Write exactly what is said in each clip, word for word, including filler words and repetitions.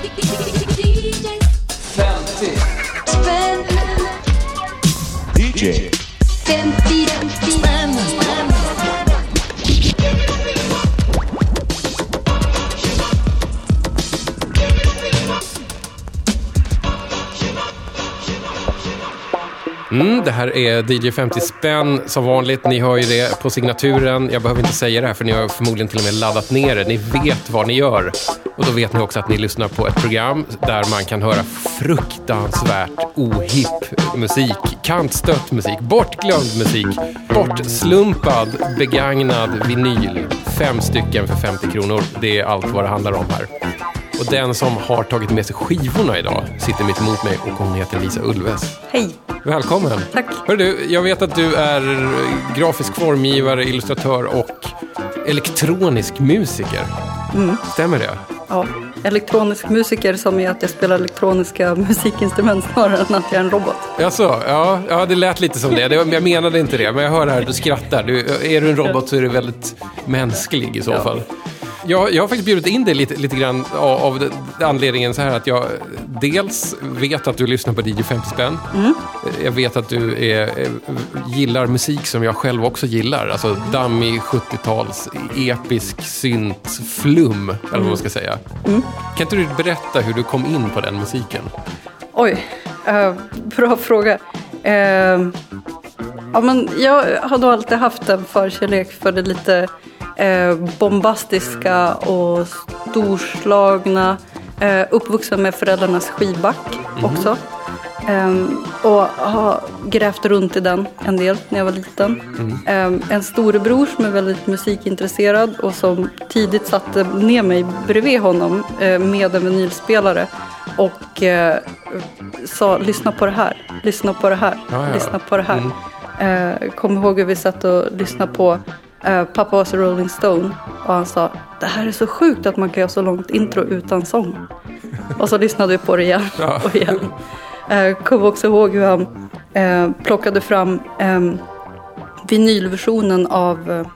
femtio spänn. D J femtio spänn. Mm, det här är D J femtio spänn som vanligt. Ni hör ju det på signaturen. Jag behöver inte säga det här för ni har förmodligen till och med laddat ner det. Ni vet vad ni gör. Och då vet ni också att ni lyssnar på ett program där man kan höra fruktansvärt ohipp musik, kantstött musik, bortglömd musik, bortslumpad, begagnad vinyl. Fem stycken för femtio kronor. Det är allt vad det handlar om här. Och den som har tagit med sig skivorna idag sitter mitt emot mig och hon heter Lisa Ulves. Hej. Välkommen. Tack. Hör du, jag vet att du är grafisk formgivare, illustratör och elektronisk musiker. Mm. Stämmer det? Ja, elektronisk musiker som är att jag spelar elektroniska musikinstrument snarare än att jag är en robot. Jaså, ja, ja, det lät lite som det. det. Jag menade inte det, men jag hör här att du skrattar. Du, är du en robot så är du väldigt mänsklig i så ja. fall. Jag, jag har faktiskt bjudit in dig lite, lite grann av, av det, anledningen så här att jag dels vet att du lyssnar på D J femtio spänn. Mm. Jag vet att du är, gillar musik som jag själv också gillar. Alltså dammig sjuttio-tals episk synt flum, eller vad man ska säga. Mm. Kan inte du berätta hur du kom in på den musiken? Oj, uh, bra fråga. Uh, ja, men jag har då alltid haft en förkärlek för det lite Eh, bombastiska och storslagna, eh, uppvuxen med föräldrarnas skivback mm. också eh, och har grävt runt i den en del när jag var liten. Mm. eh, en storebror som är väldigt musikintresserad och som tidigt satte ner mig bredvid honom eh, med en vinylspelare och eh, sa lyssna på det här, lyssna på det här, ah, ja. lyssna på det här. Mm. eh, kom ihåg hur vi satt och lyssnade på Uh, pappa var så Rolling Stone och han sa, det här är så sjukt att man kan göra så långt intro utan sång. Och så lyssnade vi på det igen ja. och igen. Uh, kom också ihåg hur han uh, plockade fram um, vinylversionen av uh,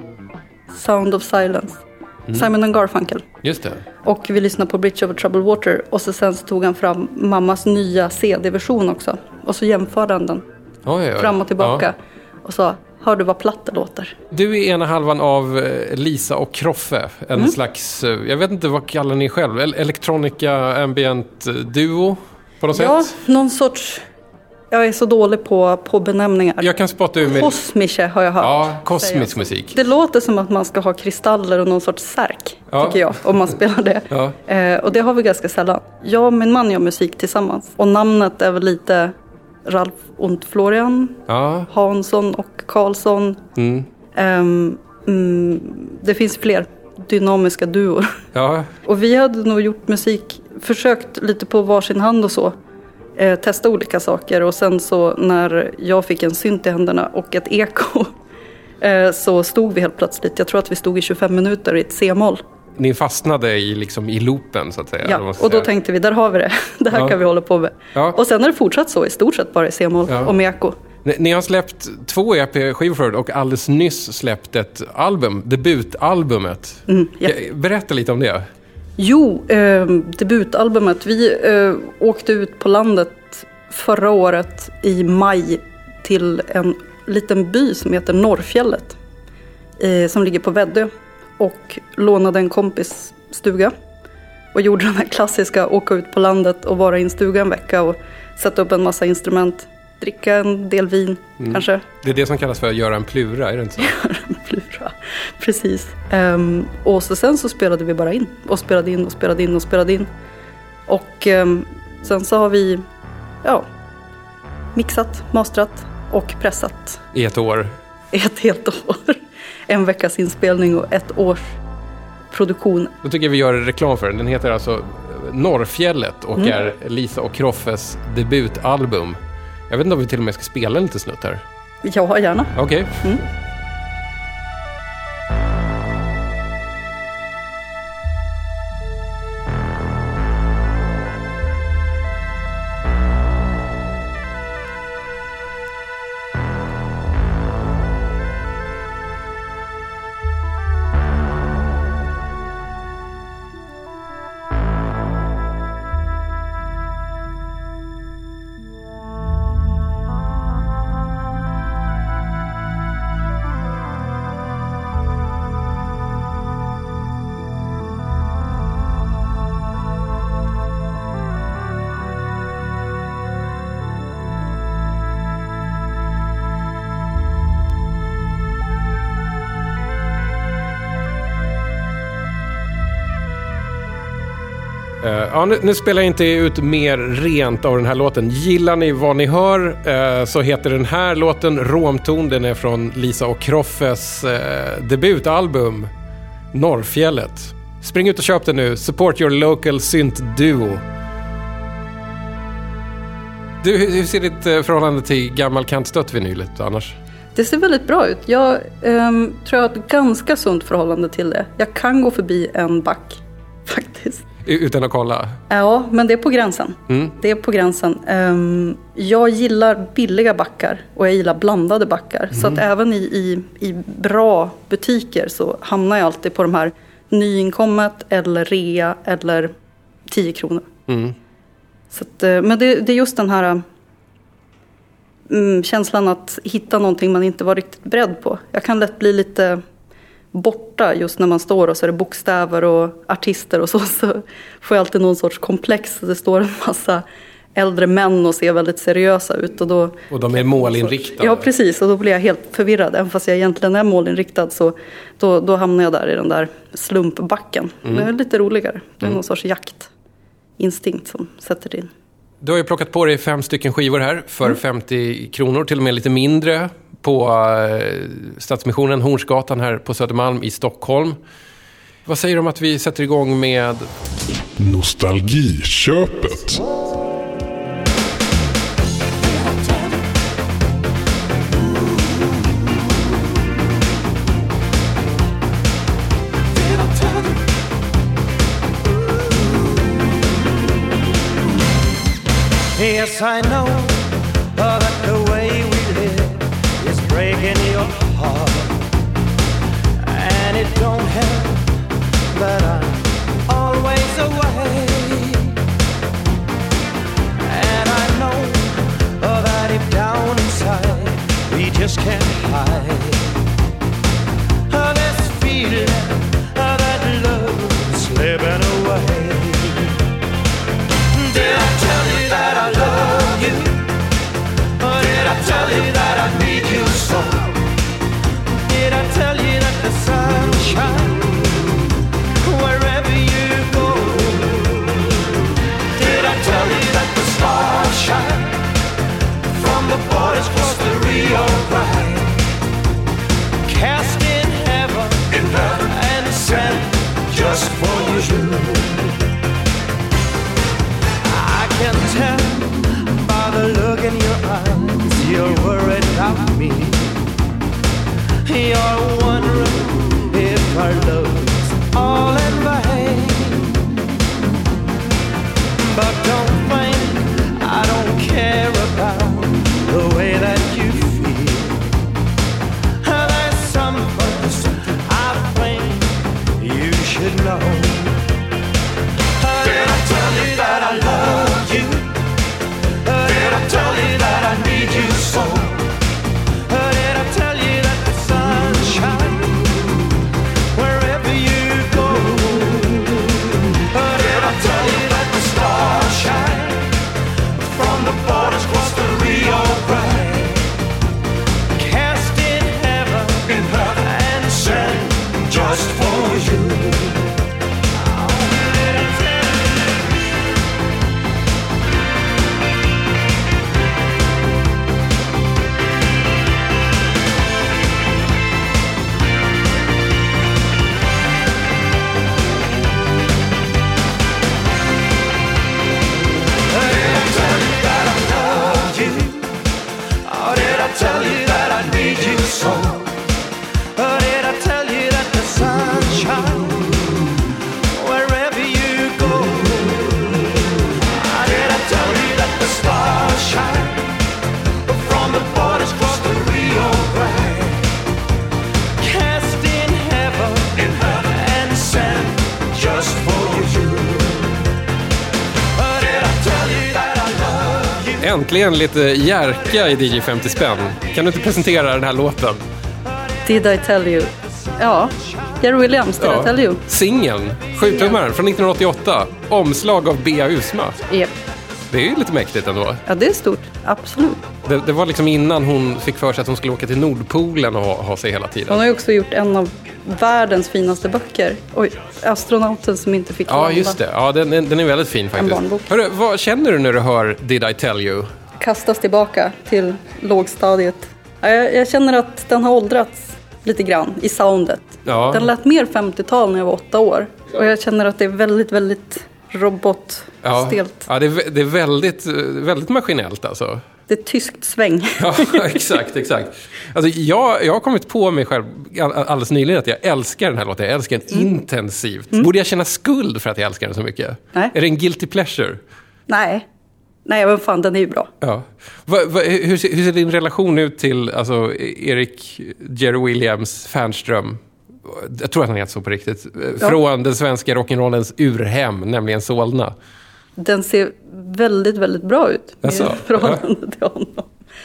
Sound of Silence. Mm. Simon and Garfunkel. Just det. Och vi lyssnade på Bridge over Troubled Water och så sen så tog han fram mammas nya C D-version också. Och så jämförde han den oj, oj. fram och tillbaka ja. och sa, hör du vad platt det låter? Du är ena halvan av Lisa och Kroffe. En mm. slags, jag vet inte vad kallar ni själv? Elektronika ambient duo på något ja, sätt? Ja, någon sorts... Jag är så dålig på, på benämningar. Jag kan spotta ur med... Kosmische har jag hört. Ja, kosmisk musik. Det låter som att man ska ha kristaller och någon sorts särk, ja. tycker jag, om man spelar det. Ja. Eh, och det har vi ganska sällan. Jag och min man gör musik tillsammans. Och namnet är väl lite... Ralf und Florian, ja. Hansson och Karlsson. Mm. Um, mm, det finns fler dynamiska duor. Ja. Och vi hade nog gjort musik, försökt lite på varsin hand och så. Eh, testa olika saker. Och sen så när jag fick en synt i händerna och ett eko eh, så stod vi helt plötsligt. Jag tror att vi stod i tjugofem minuter i ett C-moll. Ni fastnade i, liksom, i loopen så att säga. Ja, och då säga. tänkte vi, där har vi det. Det här ja. kan vi hålla på med. Ja. Och sen har det fortsatt så i stort sett bara i C-moll ja. och med eko. Ni, ni har släppt två E P-skivor och alldeles nyss släppt ett album, debutalbumet. Mm, ja. Berätta lite om det. Jo, eh, debutalbumet. Vi eh, åkte ut på landet förra året i maj till en liten by som heter Norrfjället. Eh, som ligger på Väddö. Och lånade en kompis stuga. Och gjorde den här klassiska åka ut på landet och vara i en stuga en vecka. Och sätta upp en massa instrument. Dricka en del vin mm. kanske. Det är det som kallas för att göra en plura, är det inte så? Göra en plura, precis. Um, och så sen så spelade vi bara in. Och spelade in och spelade in och spelade in. Och um, sen så har vi ja, mixat, mastrat och pressat. I ett år? I ett helt år. En veckas inspelning och ett års produktion. Då tycker jag vi gör reklam för den. Den heter alltså Norrfjället och mm. är Lisa och Kroffes debutalbum. Jag vet inte om vi till och med ska spela lite snutt här. Ja, gärna. Okej. Okay. Mm. Uh, ja, nu, nu spelar jag inte ut mer rent av den här låten. Gillar ni vad ni hör uh, så heter den här låten Romton. Den är från Lisa och Kroffes uh, debutalbum Norrfjället. Spring ut och köp den nu. Support your local synth duo. Du, hur ser ditt uh, förhållande till gammal kantstött vinylet annars? Det ser väldigt bra ut. Jag um, tror jag har ett ganska sunt förhållande till det. Jag kan gå förbi en back, faktiskt. Utan att kolla? Ja, men det är på gränsen. Mm. Det är på gränsen. Um, jag gillar billiga backar och jag gillar blandade backar. Mm. Så att även i, i, i bra butiker så hamnar jag alltid på de här nyinkommet eller rea eller tio kronor. Mm. Så att, men det, det är just den här um, känslan att hitta någonting man inte var riktigt beredd på. Jag kan lätt bli lite borta just när man står och så är det bokstäver och artister och så, så får jag alltid någon sorts komplex. Det står en massa äldre män och ser väldigt seriösa ut. Och, då, och de är målinriktade. Ja, precis. Och då blir jag helt förvirrad. Även fast jag egentligen är målinriktad så då, då hamnar jag där i den där slumpbacken. Mm. Det är lite roligare. Det är mm. någon sorts jaktinstinkt som sätter in. Du har ju plockat på dig fem stycken skivor här för mm. femtio kronor, till och med lite mindre, på Stadsmissionen, Hornsgatan här på Södermalm i Stockholm. Vad säger du om att vi sätter igång med Nostalgiköpet? Yes, I know that the way we live is breaking your heart, and it don't help that I'm always away. And I know that if down inside we just can't hide this feeling that love is slipping away. Did I tell you that I love you? Or did I tell you that I need you so? Did I tell you that the sun shines wherever you go? Did I tell you that the stars shine from the borders across the Rio Grande? Cast in heaven, in heaven and sent just for you. I can tell by the look in your eyes you're worried about me. You're wondering if our love's all in vain. But don't think I don't care about the way that you feel. There's something I think you should know. Did I tell you that I love you? Did I tell you that I need you so? Did I tell you that the sun shines wherever you go? Did I tell you that the stars shine from the borders across the Rio Grande? Cast in heaven, in heaven and sent just for you. Tell you that I need you so. Or did I tell you that the sun shines wherever you go? Or did I tell you that the stars shine from the borders across the Rio Grande? Cast in heaven, in heaven and sent just for you. Or did I tell you that I love you? Äntligen lite Jerka i D J femtio spänn. Kan du inte presentera den här låten? Did I tell you? Ja, Jerry Williams, Did ja. I tell you? Singeln, sjutummaren från nittonhundraåttioåtta. Omslag av Bea Usma. Yep. Det är ju lite mäktigt ändå. Ja, det är stort. Absolut. Det, det var liksom innan hon fick för sig att hon skulle åka till Nordpolen och ha, ha sig hela tiden. Hon har ju också gjort en av världens finaste böcker. Oj, astronauten som inte fick landa. Ja, just det. Ja, den, den är väldigt fin faktiskt. En barnbok. Hörru, vad känner du när du hör Did I Tell You? Kastas tillbaka till lågstadiet. Ja, jag, jag känner att den har åldrats lite grann i soundet. Ja. Den lät mer femtiotal när jag var åtta år. Och jag känner att det är väldigt, väldigt robotstelt. Ja, ja det, är, det är väldigt, väldigt maskinellt alltså. Det är tyskt sväng. Ja, exakt, exakt. Alltså, jag, jag har kommit på mig själv alldeles nyligen att jag älskar den här låten. Jag älskar den mm. intensivt. Mm. Borde jag känna skuld för att jag älskar den så mycket? Nej. Är det en guilty pleasure? Nej. Nej, men fan, den är ju bra. Ja. Va, va, hur, hur ser din relation ut till alltså, Erik Jerry Williams Fernström? Jag tror att han heter så på riktigt. Ja. Från den svenska rock'n'rollens urhem, nämligen Solna. Den ser väldigt, väldigt bra ut i förhållande ja. till honom.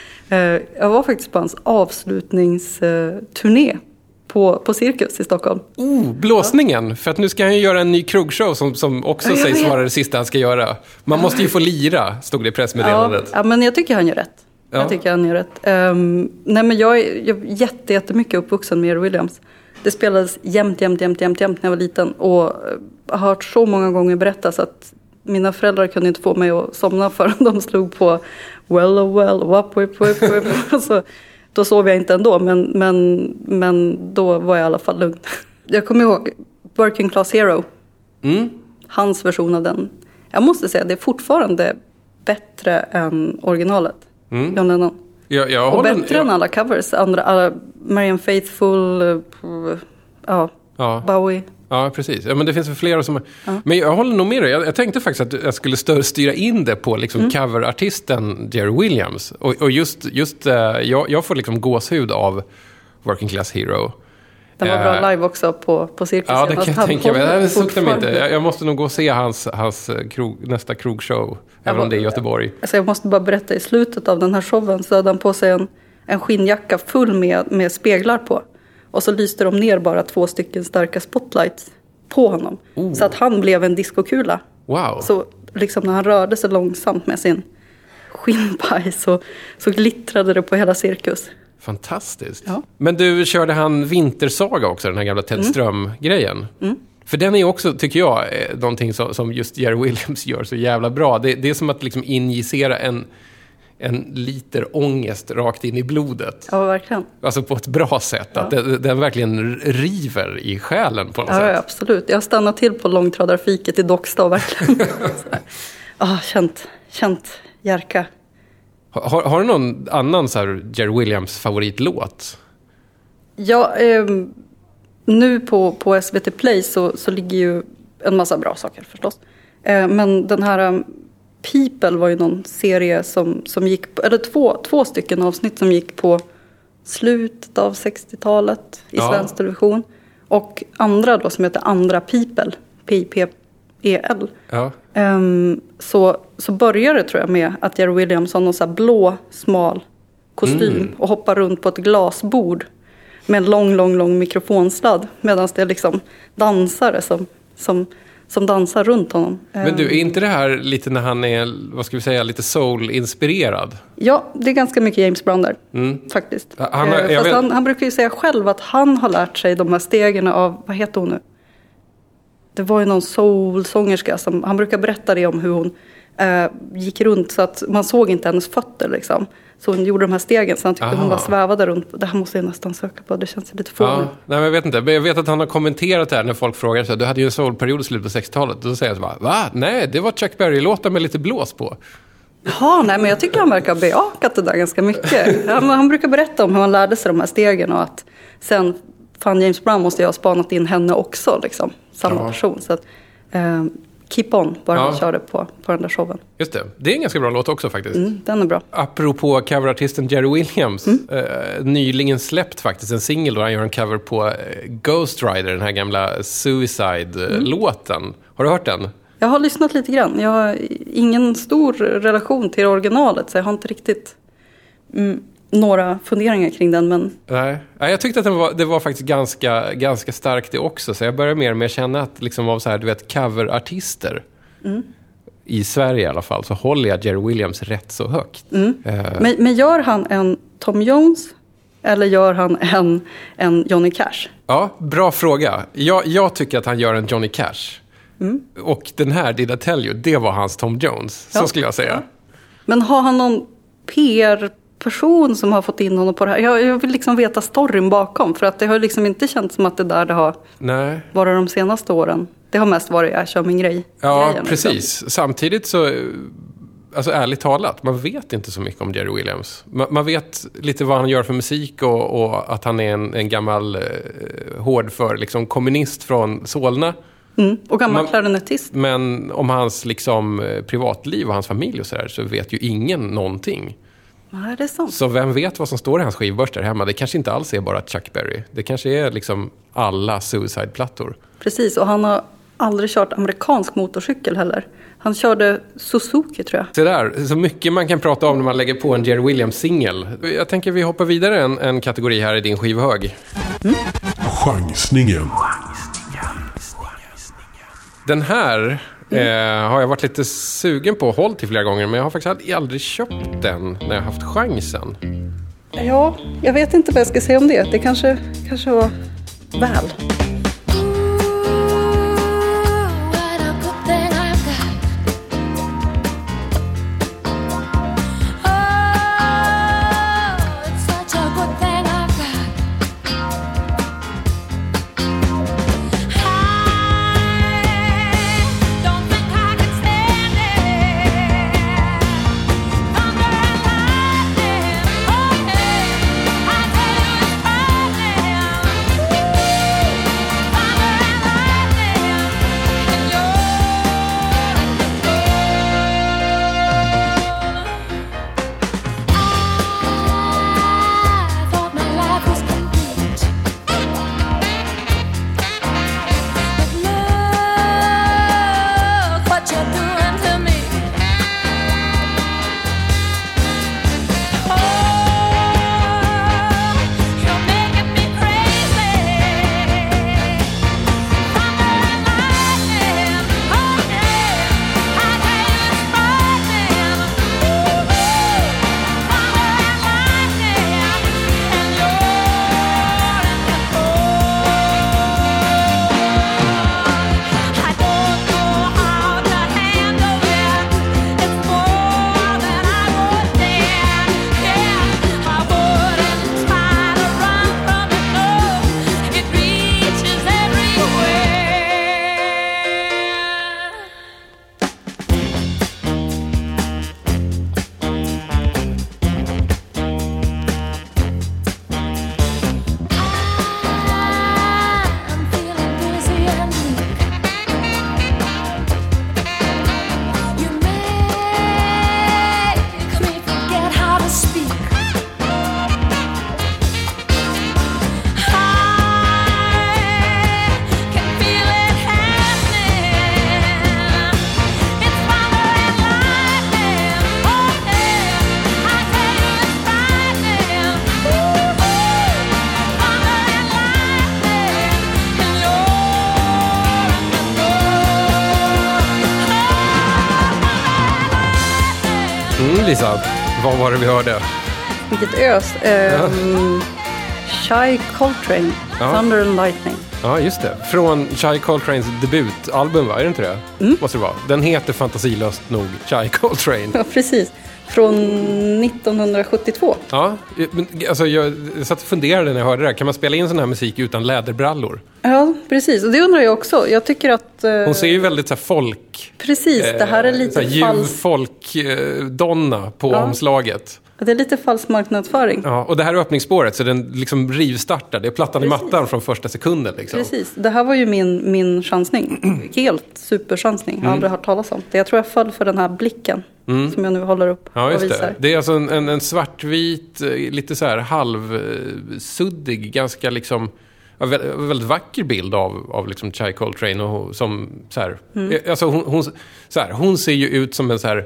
Jag var faktiskt på hans avslutningsturné på, på Cirkus i Stockholm. Oh, blåsningen! Ja. För att nu ska han ju göra en ny krogshow som, som också ja, sägs vara det sista han ska göra. Man måste ju få lira, stod det i pressmeddelandet. Ja, ja men jag tycker han gör rätt. Ja. Jag tycker han gör rätt. Um, nej, men jag är, jag är jätte, jättemycket uppvuxen med Jerry Williams. Det spelades jämt, jämt, jämt, jämt, jämt när jag var liten. Och jag har hört så många gånger berättas att mina föräldrar kunde inte få mig att somna förrän de slog på well, oh well, wap, whip, whip, whip. Alltså, då sov jag inte ändå, men, men, men då var jag i alla fall lugn. Jag kommer ihåg Working Class Hero. Mm. Hans version av den. Jag måste säga, det är fortfarande bättre än originalet. Mm. John Lennon. Ja, jag och håller, bättre jag... än alla covers. Andra, alla, Marianne Faithfull, uh, ja, ja, Bowie. Ja, precis. Ja, men det finns flera som... Ja. Men jag håller nog med dig. Jag, jag tänkte faktiskt att jag skulle stö- styra in det på liksom mm. coverartisten Jerry Williams. Och, och just, just uh, jag, jag får liksom gåshud av Working Class Hero. Den var bra live också på, på Cirkus. Ja, det kan jag tänka mig. Jag, jag, inte. Jag, jag måste nog gå och se hans, hans krog, nästa krogshow, även om det är i Göteborg. Alltså jag måste bara berätta, i slutet av den här showen så hade han på sig en, en skinnjacka full med, med speglar på. Och så lyste de ner bara två stycken starka spotlights på honom. Oh. Så att han blev en diskokula. Wow. Så liksom när han rörde sig långsamt med sin skinnpaj så, så glittrade det på hela Cirkus. Fantastiskt. Ja. Men du, körde han Vintersaga också, den här gamla Ted Ström-grejen? Mm. Mm. För den är ju också, tycker jag, någonting som, som just Jerry Williams gör så jävla bra. Det, det är som att liksom injicera en, en liter ångest rakt in i blodet. Ja, verkligen. Alltså på ett bra sätt. Ja. Att det, den verkligen river i själen på något ja, sätt. Ja, absolut. Jag har stannat till på långtradarfiket i Dockstad, verkligen. ah, känt, känt Jerka. Har, har du någon annan så här Jerry Williams favoritlåt? Ja, eh, nu på, på S V T Play så, så ligger ju en massa bra saker förstås. Eh, men den här um, People var ju någon serie som, som gick, eller två, två stycken avsnitt som gick på slutet av sextiotalet i ja. svensk television. Och andra då som heter Andra People, P P E L. Ja. Um, så, så började det tror jag med att Jerry Williams har någon så här blå, smal kostym mm. och hoppar runt på ett glasbord med en lång, lång, lång mikrofonsladd medan det är liksom dansare som, som, som dansar runt honom. Men du, är inte det här lite när han är, vad ska vi säga, lite soul-inspirerad? Ja, det är ganska mycket James Brown där, mm. faktiskt. Han, har, Fast han, han brukar ju säga själv att han har lärt sig de här stegen av, vad heter hon nu? Det var ju någon soul-sångerska som, han brukar berätta det om hur hon eh, gick runt så att man såg inte hennes fötter liksom. Så hon gjorde de här stegen så han tyckte Aha. hon bara svävade runt. Det här måste jag nästan söka på, det känns lite fånigt. Ja, nej men jag vet inte, men jag vet att han har kommenterat det här när folk frågar så här, du hade ju en soulperiod i slutet på sextiotalet. Då säger jag så bara, va? Nej, det var Chuck Berry-låtar med lite blås på. Ja, nej men jag tycker han verkar ha bejakat det där ganska mycket. Han, han brukar berätta om hur han lärde sig de här stegen och att sen fan James Brown måste jag ha spanat in henne också liksom, samma ja. person så att eh, Keep On bara ja. han körde på, på den där showen. Just det, det är en ganska bra låt också faktiskt. Mm, den är bra. Apropå coverartisten Jerry Williams, mm. eh, nyligen släppt faktiskt en singel där han gör en cover på eh, Ghost Rider, den här gamla Suicide-låten. Mm. Har du hört den? Jag har lyssnat lite grann. Jag har ingen stor relation till originalet så jag har inte riktigt mm, några funderingar kring den. Men... Nej. Nej, jag tyckte att den var, det var faktiskt ganska, ganska starkt det också. Så jag började mer med att känna att liksom av så här, du vet, coverartister. Mm. i Sverige i alla fall, så håller jag Jerry Williams rätt så högt. Mm. Uh, men, men gör han en Tom Jones eller gör han en, en Johnny Cash? Ja, bra fråga. Jag, jag tycker att han gör en Johnny Cash. Mm. Och den här, Did I Tell You, det var hans Tom Jones. Så ja. skulle jag säga. Ja. Men har han någon P R-person som har fått in honom på det här? Jag, jag vill liksom veta storyn bakom. För att det har liksom inte känts som att det där det har Nej. varit de senaste åren. Det har mest varit jag kör min grej. Ja, grejen, precis. Liksom. Samtidigt så, alltså ärligt talat, man vet inte så mycket om Jerry Williams. Man, man vet lite vad han gör för musik och, och att han är en, en gammal eh, hård för liksom, kommunist från Solna. Mm, och gammal klarinettist. Men om hans liksom, privatliv och hans familj och så där, så vet ju ingen någonting. Ja, det är sant. Så vem vet vad som står i hans skivbörs där hemma? Det kanske inte alls är bara Chuck Berry. Det kanske är liksom alla Suicide-plattor. Precis, och han har aldrig kört amerikansk motorcykel heller. Han körde Suzuki, tror jag. Så där, så mycket man kan prata om när man lägger på en Jerry Williams-singel. Jag tänker vi hoppar vidare en, en kategori här i din skivhög. Mm. Chansningen. Den här mm. eh, har jag varit lite sugen på och hållit till flera gånger. Men jag har faktiskt aldrig köpt den när jag haft chansen. Ja, jag vet inte vad jag ska säga om det. Det kanske, kanske var väl. Lisa, vad var det vi hörde? Vilket ös. Um, Shai Coltrane, ja. Thunder and Lightning. Ja, just det. Från Shai Coltranes debutalbum, va? Är det inte det? Mm. Måste det vara. Den heter fantasilöst nog Shai Coltrane. Ja, precis. Från nittonhundrasjuttiotvå. Ja, men alltså jag, jag satt och funderade när jag hörde det här. Kan man spela in sån här musik utan läderbrallor? Ja, precis. Och det undrar jag också. Jag tycker att... Uh... Hon ser ju väldigt så här folk... Precis, det här är lite eh, falsk... folk-donna på ja. omslaget. Det är lite falsk marknadsföring. Ja, och det här är öppningsspåret, så den liksom rivstartar. Det är plattan Precis. i mattan från första sekunden. Liksom. Precis, det här var ju min, min chansning. Helt superchansning, jag har mm. aldrig hört talas om det. Jag tror jag föll för den här blicken mm. som jag nu håller upp ja, just och visar. Det. Det är alltså en, en, en svartvit, lite så här halvsuddig, ganska liksom... väldigt vacker bild av, av liksom Shai Coltrane. Och som, så här, mm. alltså hon, hon, så här, hon ser ju ut som en så här...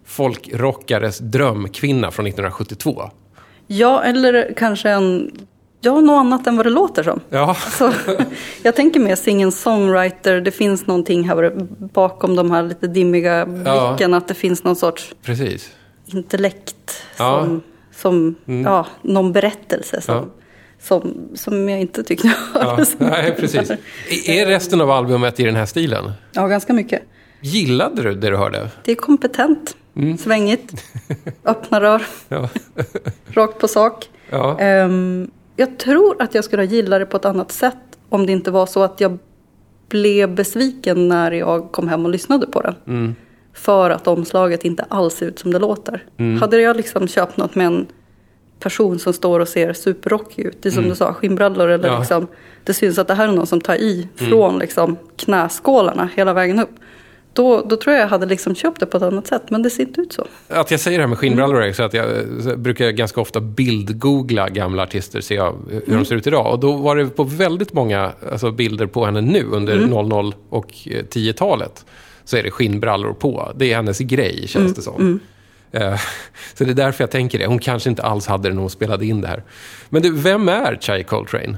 folkrockares drömkvinna från nittonhundrasjuttiotvå. Ja, eller kanske en Ja, något annat än vad det låter som. Ja. Så, jag tänker mer sing-songwriter. Det finns någonting här bakom de här lite dimmiga blicken. Ja. Att det finns någon sorts Precis. intellekt. Ja. Som, som Mm. ja, någon berättelse som, Ja. som, som jag inte tyckte Ja. Nej, precis. Är resten av albumet i den här stilen? Ja, ganska mycket. Gillade du det du hörde? Det är kompetent, Mm. svängigt, öppna rör, Ja. rakt på sak. Ja. Ehm, jag tror att jag skulle gilla det på ett annat sätt om det inte var så att jag blev besviken när jag kom hem och lyssnade på den. Mm. För att omslaget inte alls ser ut som det låter. Mm. Hade jag liksom köpt något med en person som står och ser superrockig ut, det är som Mm. du sa, skinnbrallor eller Ja. liksom, det syns att det här är någon som tar i från liksom knäskålarna hela vägen upp. Då, då tror jag jag hade liksom köpt det på ett annat sätt, men det ser inte ut så. Att jag säger det här med skinnbrallor är så att jag så brukar ganska ofta bildgoogla gamla artister, se av hur Mm. de ser ut idag. Och då var det på väldigt många alltså, bilder på henne nu under Mm. noll noll och tio-talet. Så är det skinnbrallor på. Det är hennes grej, känns Mm. det som. Eh, Så det är därför jag tänker det. Hon kanske inte alls hade det när hon spelade in det här. Men du, vem är Chai Coltrane?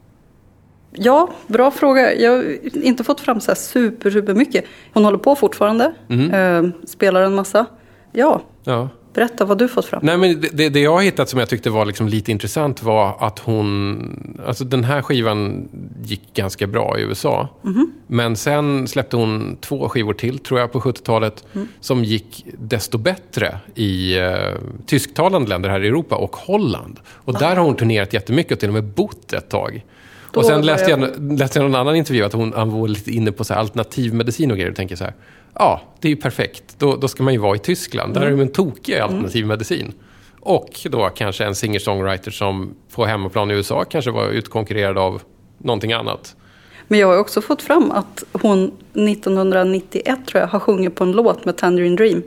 Ja, bra fråga. Jag har inte fått fram så här super, super mycket. Hon håller på fortfarande, Mm. eh, spelar en massa. Ja, Ja. berätta vad du fått fram. Nej, men det, det jag har hittat som jag tyckte var liksom lite intressant var att hon... Alltså den här skivan gick ganska bra i U S A. Mhm. Men sen släppte hon två skivor till, tror jag, på sjuttiotalet. Mm. Som gick desto bättre i eh, tysktalande länder här i Europa och Holland. Och där har hon turnerat jättemycket och till och med bott ett tag. Då Och sen var läste jag- jag, läste jag någon annan intervju att hon, han var lite inne på så här alternativmedicin och grejer. Och tänker så här, ja, det är ju perfekt. Då, då ska man ju vara i Tyskland. Där är det en tokig alternativmedicin. Och då kanske en singer-songwriter som på hemmaplan i U S A kanske var utkonkurrerad av någonting annat. Men jag har också fått fram att hon nittonhundranittioett tror jag har sjungit på en låt med Tangerine Dream.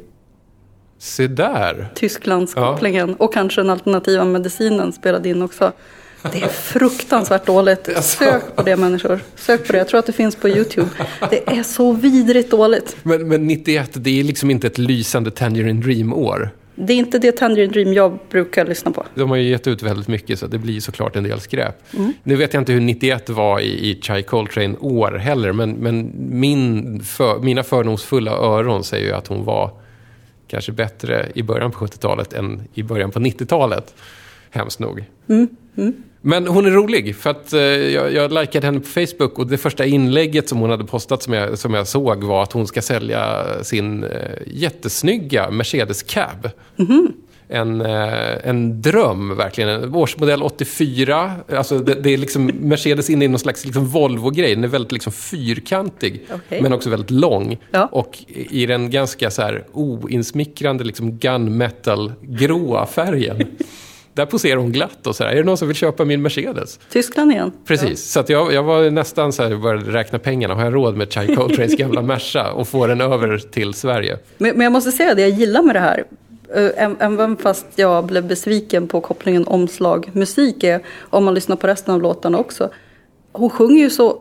Se där. Tysklandskopplingen. Och kanske den alternativa medicinen spelade in också. Det är fruktansvärt dåligt. Alltså. Sök på det, människor. Sök på det. Jag tror att det finns på YouTube. Det är så vidrigt dåligt. Men, men nittioett, det är liksom inte ett lysande Tangerine Dream-år. Det är inte det Tangerine Dream jag brukar lyssna på. De har ju gett ut väldigt mycket så det blir såklart en del skräp. Mm. Nu vet jag inte hur nittioett var i, i Chai Coltrane år heller. Men, men min för, mina fördomsfulla öron säger ju att hon var kanske bättre i början på sjuttiotalet än i början på nittiotalet. Hemskt nog. Mm. Mm. Men hon är rolig för att eh, jag, jag likade henne på Facebook och det första inlägget som hon hade postat som jag, som jag såg var att hon ska sälja sin eh, jättesnygga Mercedes Cab. Mm. En, eh, en dröm verkligen. En årsmodell åttiofyra. Alltså det, det är liksom Mercedes inne i någon slags liksom Volvo-grej. Den är väldigt liksom fyrkantig Okej. men också väldigt lång. Ja. Och i den ganska så här oinsmickrande liksom gunmetal-gråa färgen. Där poserar hon glatt och så här, är det någon som vill köpa min Mercedes? Tyskland igen. Precis, så att jag, jag var nästan så här, började räkna pengarna. Har jag råd med Chai Coltranes gamla Merca och få den över till Sverige? Men, men jag måste säga det jag gillar med det här. eh, Även fast jag blev besviken på kopplingen omslag musik är, om man lyssnar på resten av låtarna också. Hon sjunger ju så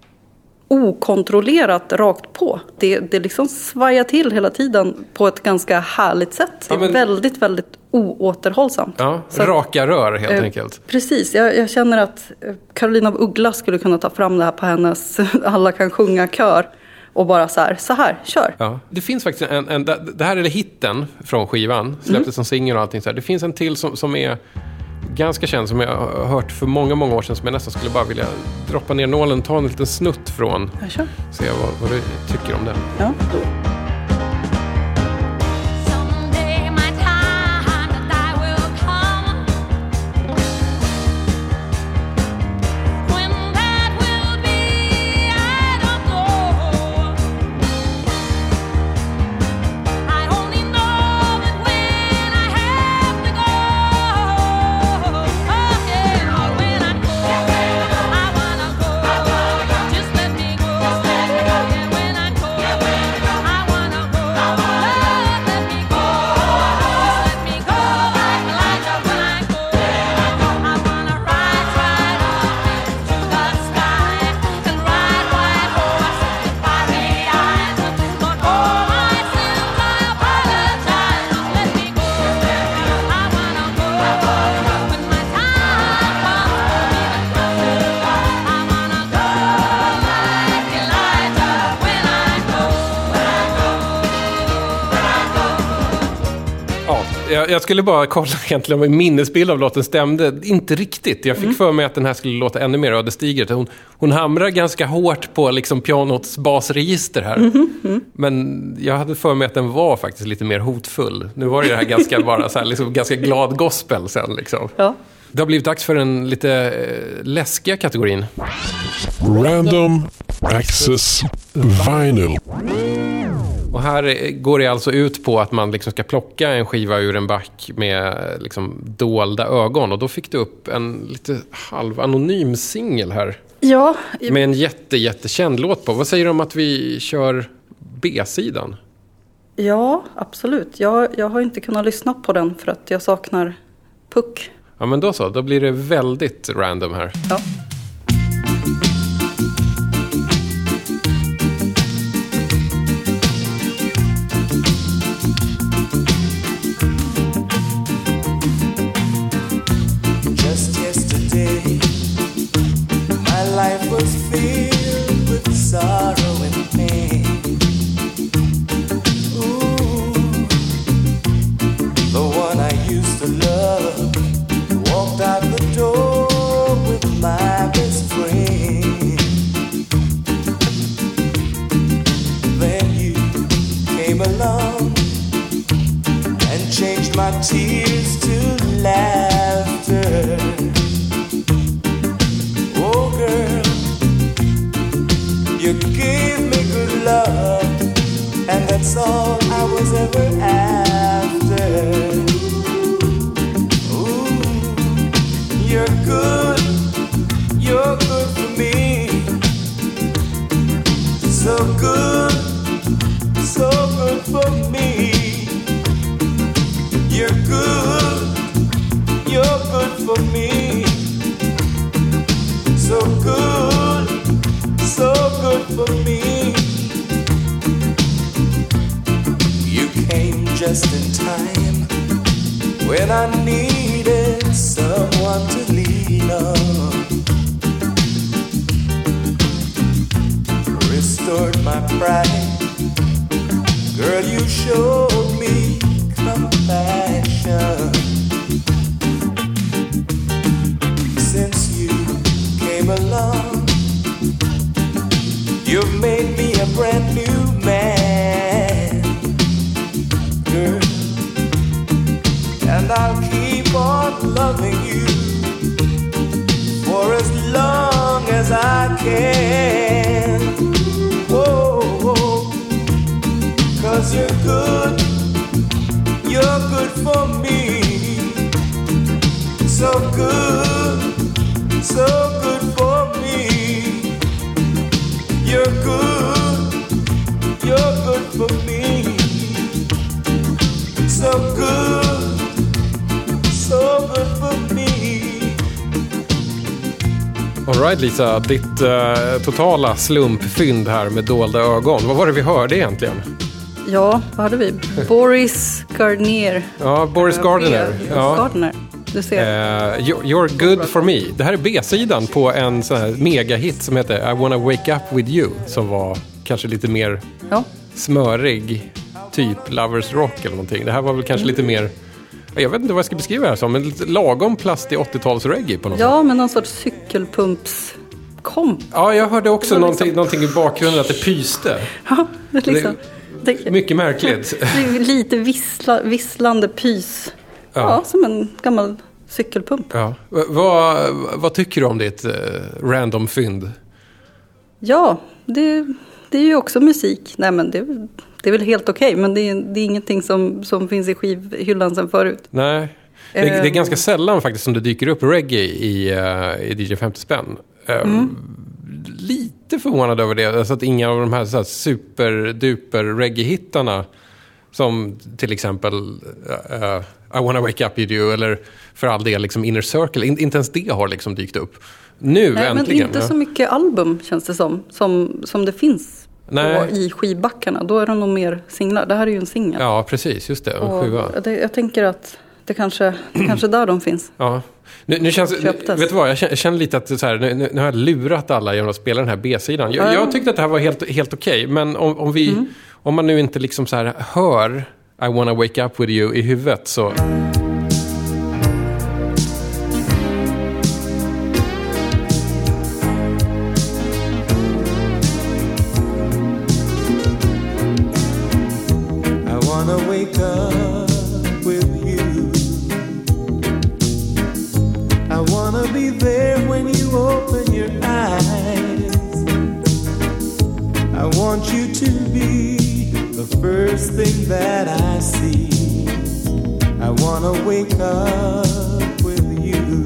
okontrollerat rakt på. Det, det liksom svajar till hela tiden på ett ganska härligt sätt. Det är Ja, men- väldigt, väldigt oåterhållsamt. Ja, Så att- raka rör helt Eh, enkelt. Precis, jag, jag känner att eh, Carolina af Uggla skulle kunna ta fram det här på hennes Alla kan sjunga-kör och bara så här, så här, kör. Ja. Det finns faktiskt en, en, det här är det hitten från skivan, släpptes Mm. som singel och allting så här. Det finns en till som, som är ganska känd, som jag har hört för många, många år sedan, som jag nästan skulle bara vilja droppa ner nålen, ta en liten snutt från, Jag kör. se vad, vad du tycker om den. Ja. Someday my time to die will come. When that will be, I don't know. I only know that when I have to go, oh yeah, when I go, I wanna go. Just let me go. Yeah, when I go, I jag, jag skulle bara kolla egentligen om min minnesbild av låten stämde. Inte riktigt. Jag fick mm. för mig att den här skulle låta ännu mer ödesdigert. Hon, hon hamrar ganska hårt på liksom pianots basregister här. Mm. Mm. Men jag hade för mig att den var faktiskt lite mer hotfull. Nu var det det här ganska, bara så här, liksom, ganska glad gospel sen. Liksom. Ja. Det har blivit dags för en lite eh, läskiga kategorin. Random Access Vinyl. Och här går det alltså ut på att man liksom ska plocka en skiva ur en back med liksom dolda ögon. Och då fick du upp en lite halv anonym singel här. Ja. Med en jätte, jättekänd låt på. Vad säger du om att vi kör B-sidan? Ja, absolut. Jag, jag har inte kunnat lyssna på den för att jag saknar puck. Ja, men då så. Då blir det väldigt random här. Ja. Just yesterday, my life was filled with sorrow and pain. Ooh, the one I used to love walked out the door with my best friend. Then you came along and changed my tears to laughter. Oh girl, you gave me good love, and that's all I was ever after. You're good, you're good for me. So good, so good for me. You're good, you're good for me. So good, so good for me. You came just in time when I needed someone to lean on. Restored my pride. Girl, you showed me compassion. Since you came along, you've made me a brand new man. Girl, and I'll keep on loving you for as long as I can. Whoa, whoa. 'Cause you're good, you're good for me. So good, so good for me. You're good, you're good for me. So good, so good for me. All right, Lisa, ditt uh, totala slumpfynd här med dolda ögon. Vad var det vi hörde egentligen? Ja, vad hade vi? Boris Gardner. Ja, Boris Gardner. Boris Ja. Gardner. Du ser. Uh, you're good for me. Det här är B-sidan på en sån här megahit som heter I wanna wake up with you. Som var kanske lite mer ja. smörig, typ Lovers Rock eller någonting. Det här var väl kanske mm. lite mer... Jag vet inte vad jag ska beskriva det här som. Men lite lagom plastig åttio-tals reggae på något ja, sätt. Ja, men någon sorts cykelpumps-komp. Ja, jag hörde också någonting, liksom... någonting i bakgrunden att det pyste. Ja, det är liksom... Det är mycket märkligt. Det är lite vissla, visslande pys. Ja. ja, som en gammal cykelpump. Ja. Vad, vad tycker du om ditt uh, random fynd? Ja, det, det är ju också musik. Nej, men det, det är väl helt okej. Okay, men det är, det är ingenting som, som finns i skivhyllan sen förut. Nej, det, det är ganska sällan faktiskt som det dyker upp reggae i, uh, i D J femtio spänn. Um, mm. Lite förvånad över det. Alltså att inga av de här, så här superduper reggae-hittarna som till exempel uh, I wanna wake up with you eller för all del liksom Inner Circle. In, inte ens det har liksom dykt upp. Nu Nej, äntligen. Men inte ja. så mycket album känns det som. Som, som det finns på, i skivbackarna. Då är det nog mer singlar. Det här är ju en singel. Ja, precis. Just det. En skiva. Det, jag tänker att det kanske, det kanske är där de finns. Ja. Nu, nu känns, nu, vet du vad, jag känner, jag känner lite att så här, nu, nu har jag lurat alla genom att spela den här B-sidan. Jag, jag tyckte att det här var helt, helt okej, men om, om, vi, mm. om man nu inte liksom så här hör I wanna wake up with you i huvudet så... Wake up with you. I wanna be there when you open your eyes. I want you to be the first thing that I see. I wanna wake up with you.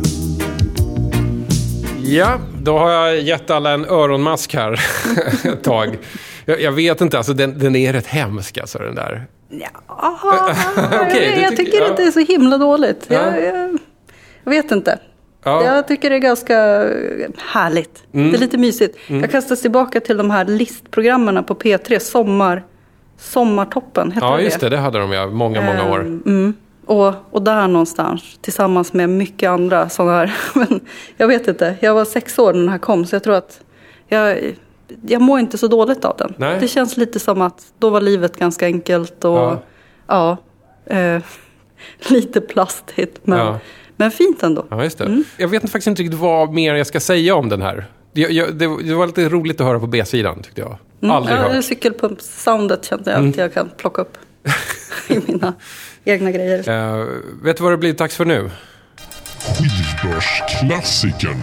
Ja, då har jag gett alla en öronmask här ett tag. Jag, jag vet inte, alltså den, den är rätt hemsk alltså den där. Ja, okay, jag, jag tyck, tycker ja. att det är så himla dåligt. Ja. Jag, jag, jag vet inte. Ja. Jag tycker det är ganska härligt. Mm. Det är lite mysigt. Mm. Jag kastas tillbaka till de här listprogrammen på P tre. Sommar, Sommartoppen heter Ja, det. just det. Det hade de ja många, många år. Mm. Och, och där någonstans, tillsammans med mycket andra sådana här. Men jag vet inte. Jag var sex år när den här kom, så jag tror att jag... Jag mår inte så dåligt av den. Nej. Det känns lite som att då var livet ganska enkelt och Ja. ja, eh, lite plastigt. Men, Ja. men fint ändå. Ja, just det. Mm. Jag vet faktiskt inte riktigt vad mer jag ska säga om den här. Jag, jag, det, det var lite roligt att höra på B-sidan, tyckte jag. Mm. Aldrig Ja, hört. cykelpumps-soundet kände jag Mm. att jag kan plocka upp i mina egna grejer. Uh, vet du vad det blir dags för nu? Skivbörsklassikern.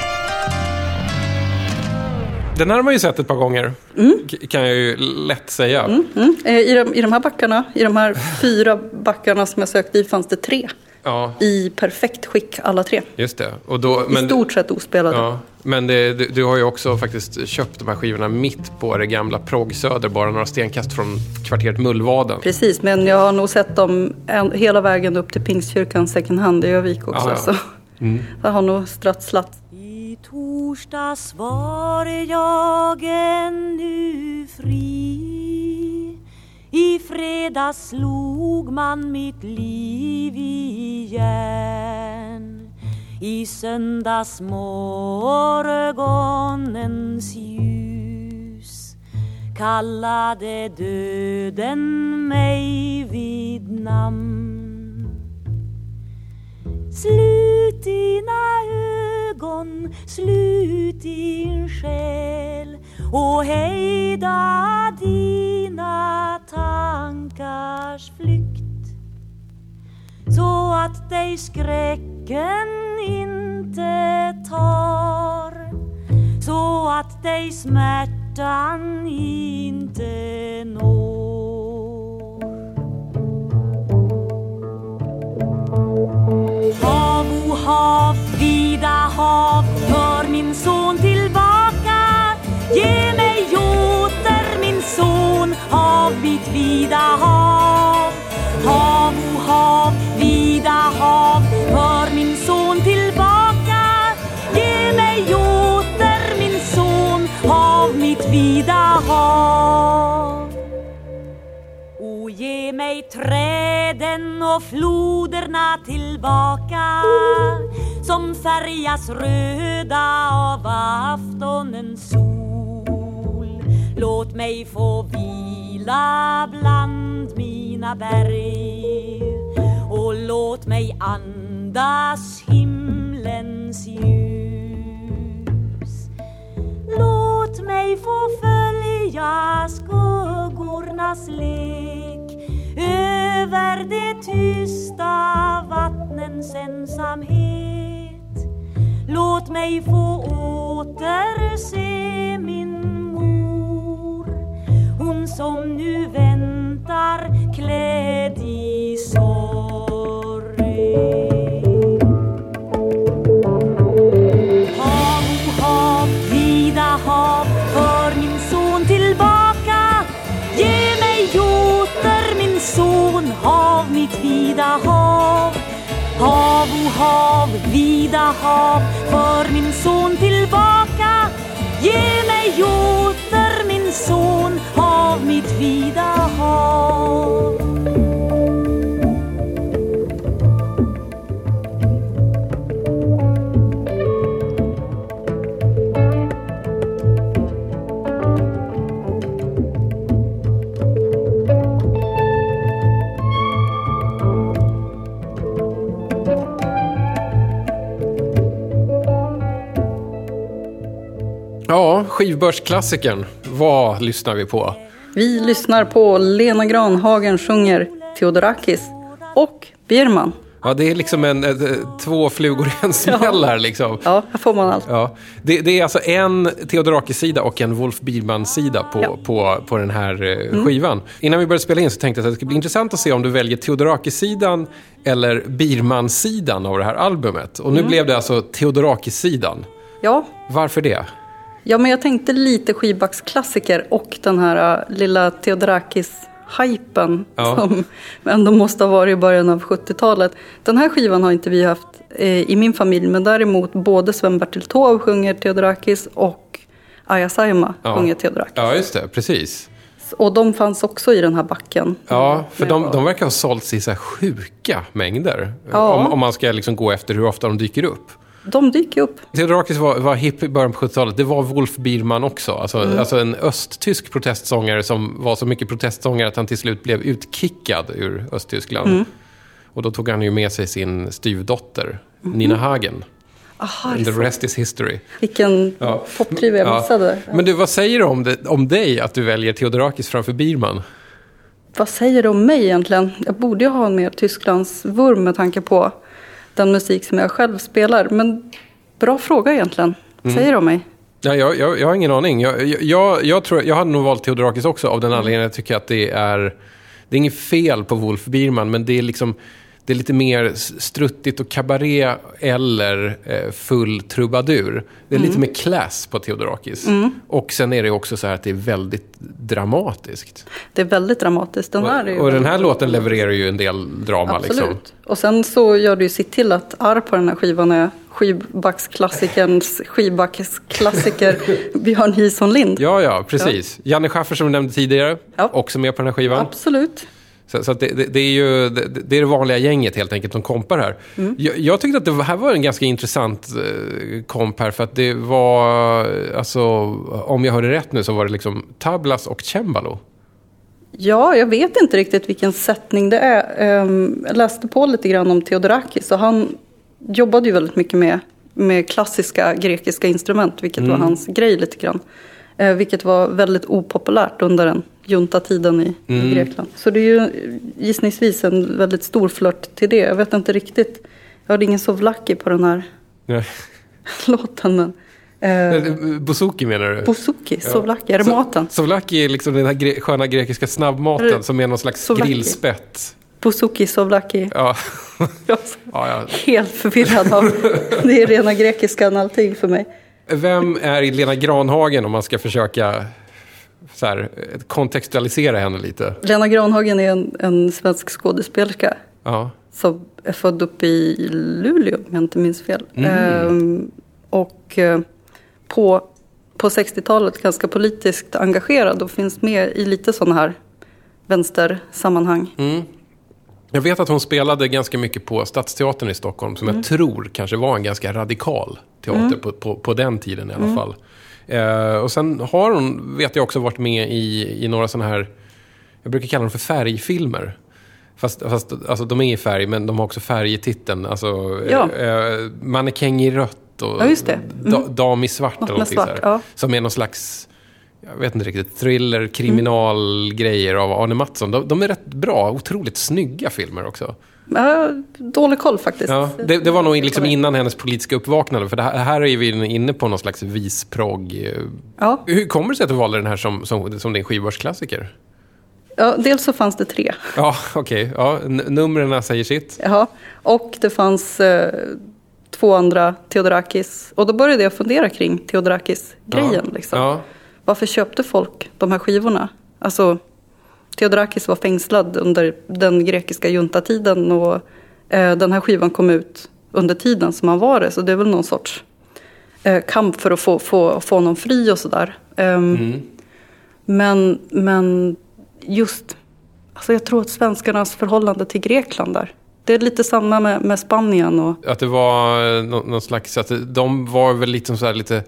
Den här har man ju sett ett par gånger. Mm. K- kan jag ju lätt säga. Mm, mm. Eh, I, de, I de här backarna, i de här fyra backarna som jag sökte i fanns det tre. Ja, I perfekt skick alla tre. just det. Och då, I stort sett ospelade. Ja, men det, du, du har ju också faktiskt köpt de här skivorna mitt på det gamla Progg Söder, bara några stenkast från kvarteret Mullvaden. Precis, men jag har nog sett dem en, hela vägen upp till Pingstkyrkan second hand i Övik också. Ah, ja. Så Mm. jag har nog stratslat. I torsdags var jag ännu fri. I fredags slog man mitt liv igen. I söndags morgonens ljus kallade döden mig vid namn. Slut dina ögon, slut din själ och hejda dina tankars flykt, så att dig skräcken inte tar, så att dig smärtan inte når. Hav, o hav, vida hav, för min son tillbaka. Ge mig åter min son av mitt vida hav. Hav, o hav, vida hav, för min son tillbaka. Ge mig åter min son av mitt vida hav. O, ge mig träden och floderna tillbaka, som färgas röda av aftonens sol. Låt mig få vila bland mina berg och låt mig andas himlens ljus. Låt mig få följa skuggornas lek över det tysta vattnens ensamhet. Låt mig få återse min mor, hon som nu väntar klädd i sorg. Hav, o hav, vida hav, för min son tillbaka. Ge mig åter min son av mitt vida hav. Hav, o hav, vida hav, för min son tillbaka. Ge mig åter min son av mitt vida hav. Ja, skivbörsklassikern. Vad lyssnar vi på? Vi lyssnar på Lena Granhagen sjunger Theodorakis och Biermann. Ja, det är liksom en, ett, två flugor i en smäll här liksom. Ja, här får man allt. Ja. Det, det är alltså en Theodorakis-sida och en Wolf Biermann-sida på, ja. på, på den här mm. skivan. Innan vi började spela in så tänkte jag att det skulle bli intressant att se om du väljer Theodorakis-sidan eller Biermann-sidan av det här albumet. Och nu mm. blev det alltså Theodorakis-sidan. Ja. Varför det? Ja, men jag tänkte lite skivbacksklassiker och den här uh, lilla Theodorakis-hypen ja. som ändå måste ha varit i början av sjuttiotalet. Den här skivan har inte vi haft eh, i min familj, men däremot både Sven-Bertil Taube sjunger Theodorakis och Aya Saijonmaa ja. sjunger Theodorakis. Ja, just det, precis. Och de fanns också i den här backen. Ja, för de, de verkar ha sålts i så här sjuka mängder. Ja. Om, om man ska liksom gå efter hur ofta de dyker upp. De dyker upp. Theodorakis var, var hipp i början på sjuttiotalet. Det var Wolf Biermann också. Alltså, Mm. alltså en östtysk protestsångare som var så mycket protestsångare att han till slut blev utkickad ur Östtyskland. Mm. Och då tog han ju med sig sin styvdotter, mm. Nina Hagen. Aha, And the rest is history. Vilken ja. poptriv jag missade. Ja. Men du, vad säger du om, det, om dig att du väljer Theodorakis framför Biermann? Vad säger du om mig egentligen? Jag borde ju ha en mer Tysklands vurm med tanke på den musik som jag själv spelar. Men bra fråga egentligen. Vad säger du om mig? Ja, jag, jag, jag har ingen aning. Jag, jag, jag, tror, jag hade nog valt Theodorakis också av den anledningen jag tycker att det är... Det är inget fel på Wolf Biermann, men det är liksom... Det är lite mer struttigt och kabaré eller eh, full trubadur. Det är mm. lite mer class på Theodorakis. Mm. Och sen är det också så här att det är väldigt dramatiskt. Det är väldigt dramatiskt. Den här och är ju och den här väldigt... låten levererar ju en del drama. Absolut. Liksom. Och sen så gör det ju sitt till att arr på den här skivan är skivbacksklassikerns skivbacksklassiker Björn Hison Lind. Ja, ja, precis. Ja. Janne Schaffer som du nämnde tidigare. Ja. Också med på den här skivan. Absolut. Så, så att det, det, det är ju det, det är det vanliga gänget helt enkelt som kompar här. Mm. Jag, jag tyckte att det här var en ganska intressant eh, komp här för att det var, alltså, om jag hörde rätt nu så var det liksom tablas och cembalo. Ja, jag vet inte riktigt vilken sättning det är. Um, jag läste på lite grann om Theodorakis och han jobbade ju väldigt mycket med, med klassiska grekiska instrument, vilket mm. var hans grej lite grann. Eh, vilket var väldigt opopulärt under den juntatiden i, mm. i Grekland. Så det är ju gissningsvis en väldigt stor flört till det. Jag vet inte riktigt. Jag hade ingen sovlaki på den här Nej. låten. Men, eh, Bouzouki menar du? Bouzouki, ja. Sovlaki. Är det so- maten? Sovlaki är liksom den här gre- sköna grekiska snabbmaten är som är någon slags sovlaki. Grillspett. Bouzouki, sovlaki. Ja. ja, ja. Helt förvirrad av det är rena grekiskan allting för mig. Vem är Lena Granhagen om man ska försöka så här, kontextualisera henne lite? Lena Granhagen är en, en svensk skådespelerska ja. som är född uppe i Luleå, om jag inte minns fel. Mm. Ehm, och eh, på, på sextiotalet ganska politiskt engagerad och finns med i lite sådana här vänstersammanhang. Mm. Jag vet att hon spelade ganska mycket på Stadsteatern i Stockholm som mm. jag tror kanske var en ganska radikal teater mm. på, på, på den tiden i alla mm. fall. Eh, och sen har hon, vet jag också, varit med i, i några sådana här, jag brukar kalla dem för färgfilmer. Fast, fast alltså, de är i färg, men de har också färg i titeln. Alltså, ja. eh, Mannekäng i rött och ja, just det. Mm. da, Dam i svart. Eller något svart, ja. Som är någon slags, jag vet inte riktigt, thriller, kriminalgrejer mm. av Arne Mattsson. De, de är rätt bra, otroligt snygga filmer också. Ja, dålig koll faktiskt. Ja, det, det var nog liksom innan hennes politiska uppvaknande. För det här, här är vi inne på någon slags visprogg. Ja. Hur kommer det sig att du valde den här som, som, som din skivbörsklassiker? Ja, dels så fanns det tre. Ja, okej. Okay. Ja, n- numren säger sitt. Ja, och det fanns eh, två andra Theodorakis. Och då började jag fundera kring Theodorakis-grejen. Ja. Liksom. Ja. Varför köpte folk de här skivorna? Alltså, Theodorakis var fängslad under den grekiska juntatiden och eh, den här skivan kom ut under tiden som han var det. Så det är väl någon sorts eh, kamp för att få, få, få någon fri och sådär. Um, mm. Men, men just, alltså jag tror att svenskarnas förhållande till Grekland där. Det är lite samma med, med Spanien. Och... Att det var någon, någon slags, att de var väl lite så här lite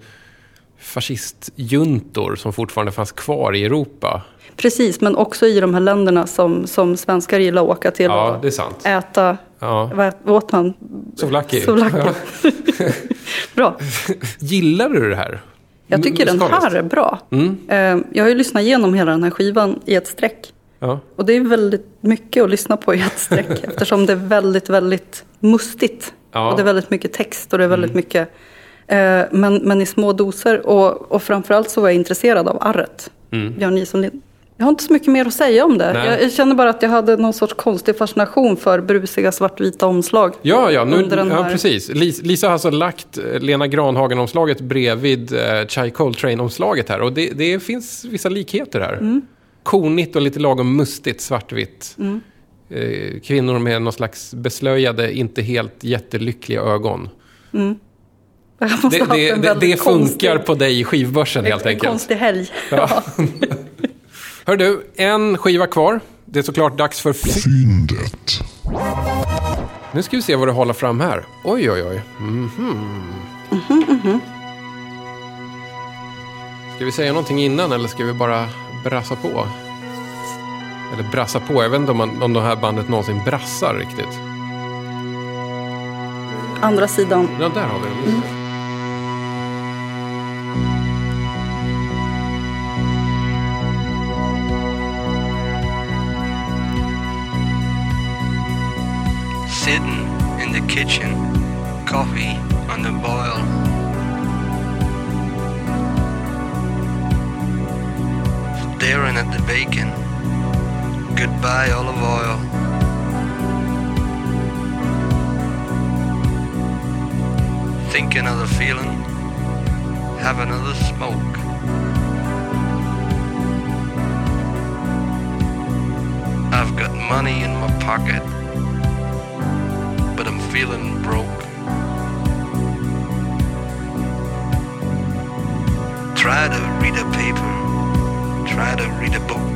fascistjuntor som fortfarande fanns kvar i Europa. Precis, men också i de här länderna som, som svenskar gillar att åka till ja, och det är sant. äta. Ja. Vad åt man? Sovlaki. Sovlaki. Ja. Bra. Gillar du det här? Jag tycker den här är bra. Mm. Jag har ju lyssnat igenom hela den här skivan i ett streck. Ja. Och det är väldigt mycket att lyssna på i ett streck. Eftersom det är väldigt, väldigt mustigt. Ja. Och det är väldigt mycket text och det är väldigt mm. mycket... Men, men i små doser. Och, och framförallt så var jag intresserad av arret. Mm. Björn Jisson. Jag har inte så mycket mer att säga om det. Jag, jag känner bara att jag hade någon sorts konstig fascination för brusiga svartvita omslag. Ja, ja, nu, ja precis. Lisa har alltså lagt Lena Granhagen-omslaget bredvid uh, Chai Coltrane-omslaget här. Och det, det finns vissa likheter här. Mm. Konigt och lite lagom mustigt svartvitt. Mm. Uh, kvinnor med någon slags beslöjade, inte helt jättelyckliga ögon. Mm. Det, det, det, det funkar konstig, på dig i skivbörsen helt enkelt. En konstig helg. Ja. Hör du, en skiva kvar. Det är såklart dags för fyndet. Nu ska vi se vad du håller fram här. Oj, oj, oj. Mm-hmm. Mm-hmm, mm-hmm. Ska vi säga någonting innan eller ska vi bara brassa på? Eller brassa på. Jag vet inte om, man, om det här bandet någonsin brassar riktigt. Andra sidan. Ja, där har vi den. Mm. Sitting in the kitchen, coffee on the boil. Staring at the bacon, goodbye olive oil. Think another feeling, have another smoke. I've got money in my pocket, but I'm feeling broke. Try to read a paper, try to read a book.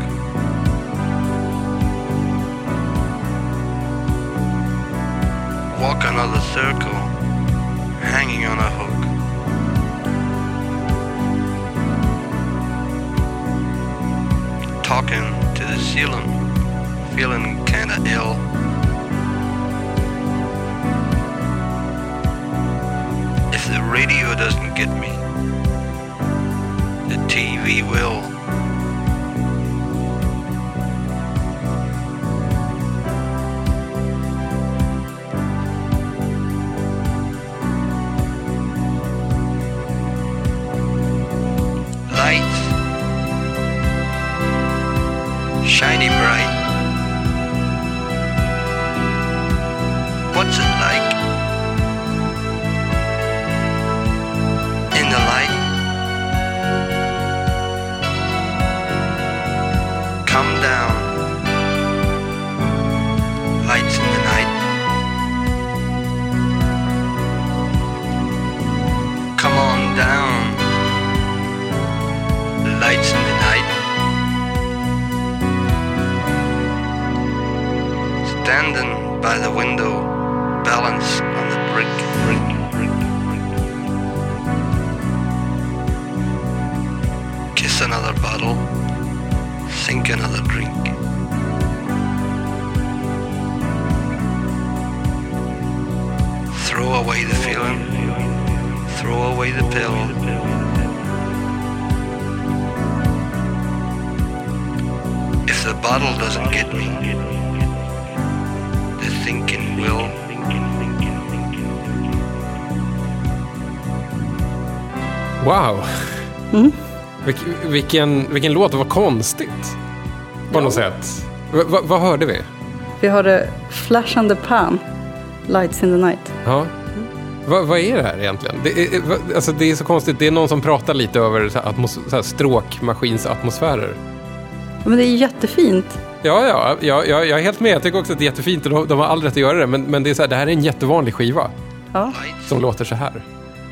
Walk another circle, hanging on a hook. Talking to the ceiling, feeling kinda ill. If the radio doesn't get me, the T V will. Lights, shiny bright. What's it like? In the light, come down. Lights in the night, come on down. Lights in the night, standing by the window, balance on the brick, brick, brick, brick. Kiss another bottle, sink another drink. Throw away the feeling, throw away the pill. If the bottle doesn't get me, the thinking will. Wow. Mm. Vil- vilken, vilken låt, vad konstigt. På något sätt. V- v- vad hörde vi? Vi hörde Flash on the Pan, Lights in the Night. Ja. Mm. Va- vad är det här egentligen? Det är, va- alltså det är så konstigt. Det är någon som pratar lite över så här atmos- så här stråkmaskinsatmosfärer. Men det är jättefint. Ja, ja, ja, jag är helt med. Jag tycker också att det är jättefint och de, de har all rätt att göra det. Men, men det är så här, det här är en jättevanlig skiva. Ja. Som låter så här.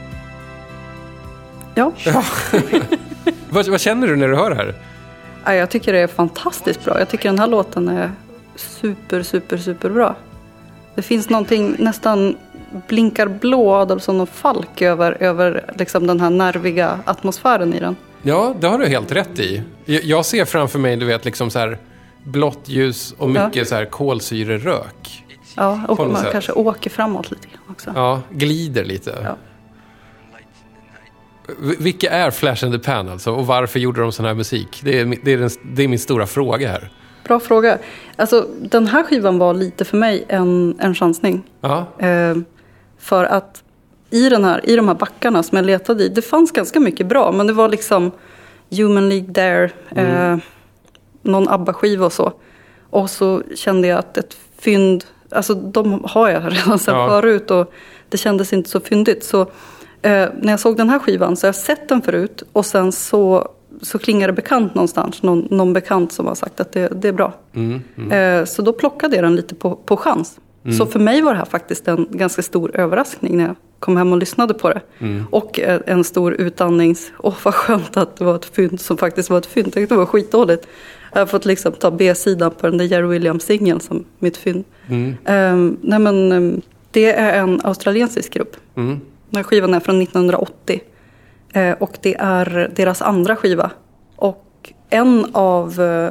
Ja. ja. vad, vad känner du när du hör det här? Ja, jag tycker det är fantastiskt bra. Jag tycker den här låten är super, super, super bra. Det finns någonting nästan blinkar blå Adolfsson och Falk över, över liksom den här nerviga atmosfären i den. Ja, det har du helt rätt i. Jag ser framför mig, du vet, liksom så här blått ljus och mycket ja. så här kolsyrerök. Ja, och man sätt. kanske åker framåt lite grann också. Ja, glider lite. Ja. Vilka är Flash and the Pan alltså? Och varför gjorde de sån här musik? Det är, det är, den, det är min stora fråga här. Bra fråga. Alltså, den här skivan var lite för mig en, en chansning. Eh, för att i, den här, i de här backarna som jag letade i, det fanns ganska mycket bra. Men det var liksom Human League There, mm. eh, någon ABBA-skiva och så. Och så kände jag att ett fynd, alltså de har jag redan sett ja. förut och det kändes inte så fyndigt. Så eh, när jag såg den här skivan så har jag sett den förut och sen så, så klingar det bekant någonstans. Någon, någon bekant som har sagt att det, det är bra. Mm, mm. Eh, så då plockade jag den lite på, på chans. Mm. Så för mig var det här faktiskt en ganska stor överraskning när jag kom hem och lyssnade på det. Mm. Och en stor utandnings... Åh, vad skönt att det var ett fynd som faktiskt var ett fynd. Jag tyckte det var skitdåligt. Jag har fått liksom ta B-sidan på den där Jerry Williams-singeln som mitt fynd. Mm. Um, nej men, um, det är en australiensisk grupp. Mm. Den här skivan är från nittonhundraåttio. Uh, och det är deras andra skiva. Och en av, uh,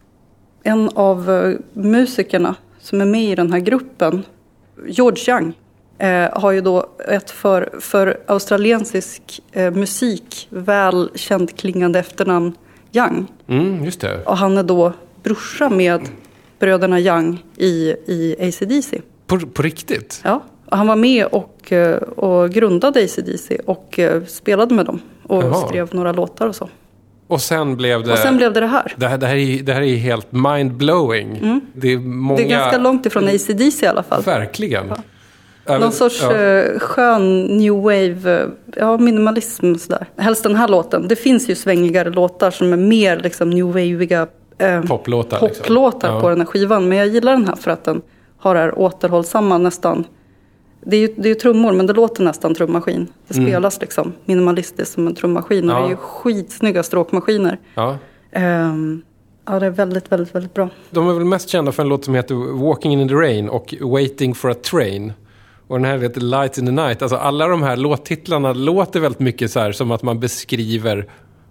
en av uh, musikerna som är med i den här gruppen, George Young, eh, har ju då ett för, för australiensisk eh, musik välkänt klingande efternamn Young. Mm, just det. Och han är då brorsa med bröderna Young i, i A C D C. På, på riktigt? Ja, och han var med och, och grundade A C D C och spelade med dem och Jaha. skrev några låtar och så. Och sen blev det... Och sen blev det det här. Det här, det här, är, det här är helt mind-blowing. Mm. Det är många... Det är ganska långt ifrån A C D C i alla fall. Verkligen. Ja. Någon Även, sorts ja. skön new wave, ja, minimalism sådär. Helst den här låten. Det finns ju svängigare låtar som är mer liksom new waveiga eh, poplåtar, poplåtar liksom. på Ja. den här skivan. Men jag gillar den här för att den har det här återhållsamma nästan. Det är ju, det är ju trummor, men det låter nästan trummaskin. Det Mm. spelas liksom minimalistiskt som en trummaskin. Och Ja. det är ju skitsnygga stråkmaskiner. Ja. Um, ja, det är väldigt, väldigt, väldigt bra. De är väl mest kända för en låt som heter Walking in the Rain och Waiting for a Train. Och den här heter Light in the Night. Alltså alla de här låttitlarna låter väldigt mycket så här som att man beskriver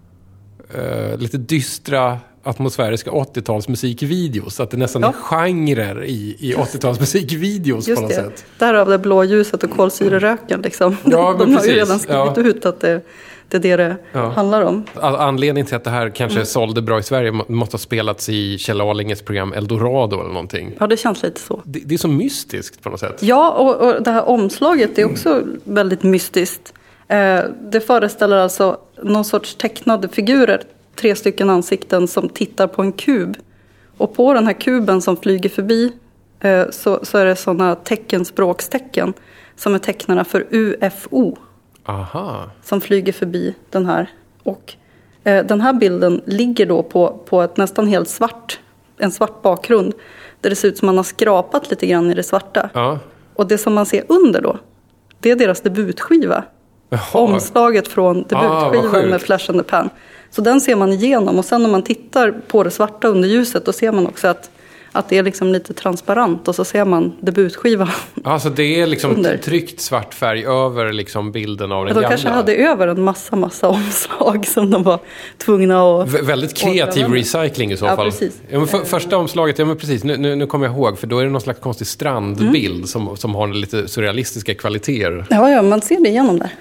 uh, lite dystra atmosfäriska åttio-tals musikvideos. Att det nästan ja. är genrer i, i åttio-tals musikvideos på något det. sätt. Därav det blå ljuset och kolsyreröken liksom. Ja, de har precis. ju redan skrivit ja. ut att det, det är det det ja. handlar om. Anledningen till att det här kanske mm. sålde bra i Sverige måste ha spelats i Kjell Arlinges program Eldorado eller någonting. Ja, det känns lite så. Det, det är så mystiskt på något sätt. Ja, och, och det här omslaget är också mm. väldigt mystiskt. Eh, det föreställer alltså någon sorts tecknade figurer. Tre stycken ansikten som tittar på en kub. Och på den här kuben som flyger förbi eh, så, så är det sådana teckenspråkstecken som är tecknarna för U F O. Aha. Som flyger förbi den här. Och eh, den här bilden ligger då på, på ett nästan helt svart, en svart bakgrund. Där det ser ut som man har skrapat lite grann i det svarta. Ja. Och det som man ser under då, det är deras debutskiva. Jaha. Omslaget från debutskivan ah, med Flash and the Pan. Så den ser man igenom. Och sen när man tittar på det svarta under ljuset, då ser man också att, att det är liksom lite transparent. Och så ser man debutskivan. Alltså det är liksom under. Tryckt svart färg över liksom bilden av den ja, de gamla. De kanske hade över en massa, massa omslag som de var tvungna att... V- väldigt kreativ recycling i så ja, fall. Precis. Ja, men för, första omslaget, ja men precis, nu, nu, nu kommer jag ihåg. För då är det någon slags konstig strandbild mm. som, som har lite surrealistiska kvaliteter. Ja, ja, man ser det igenom där.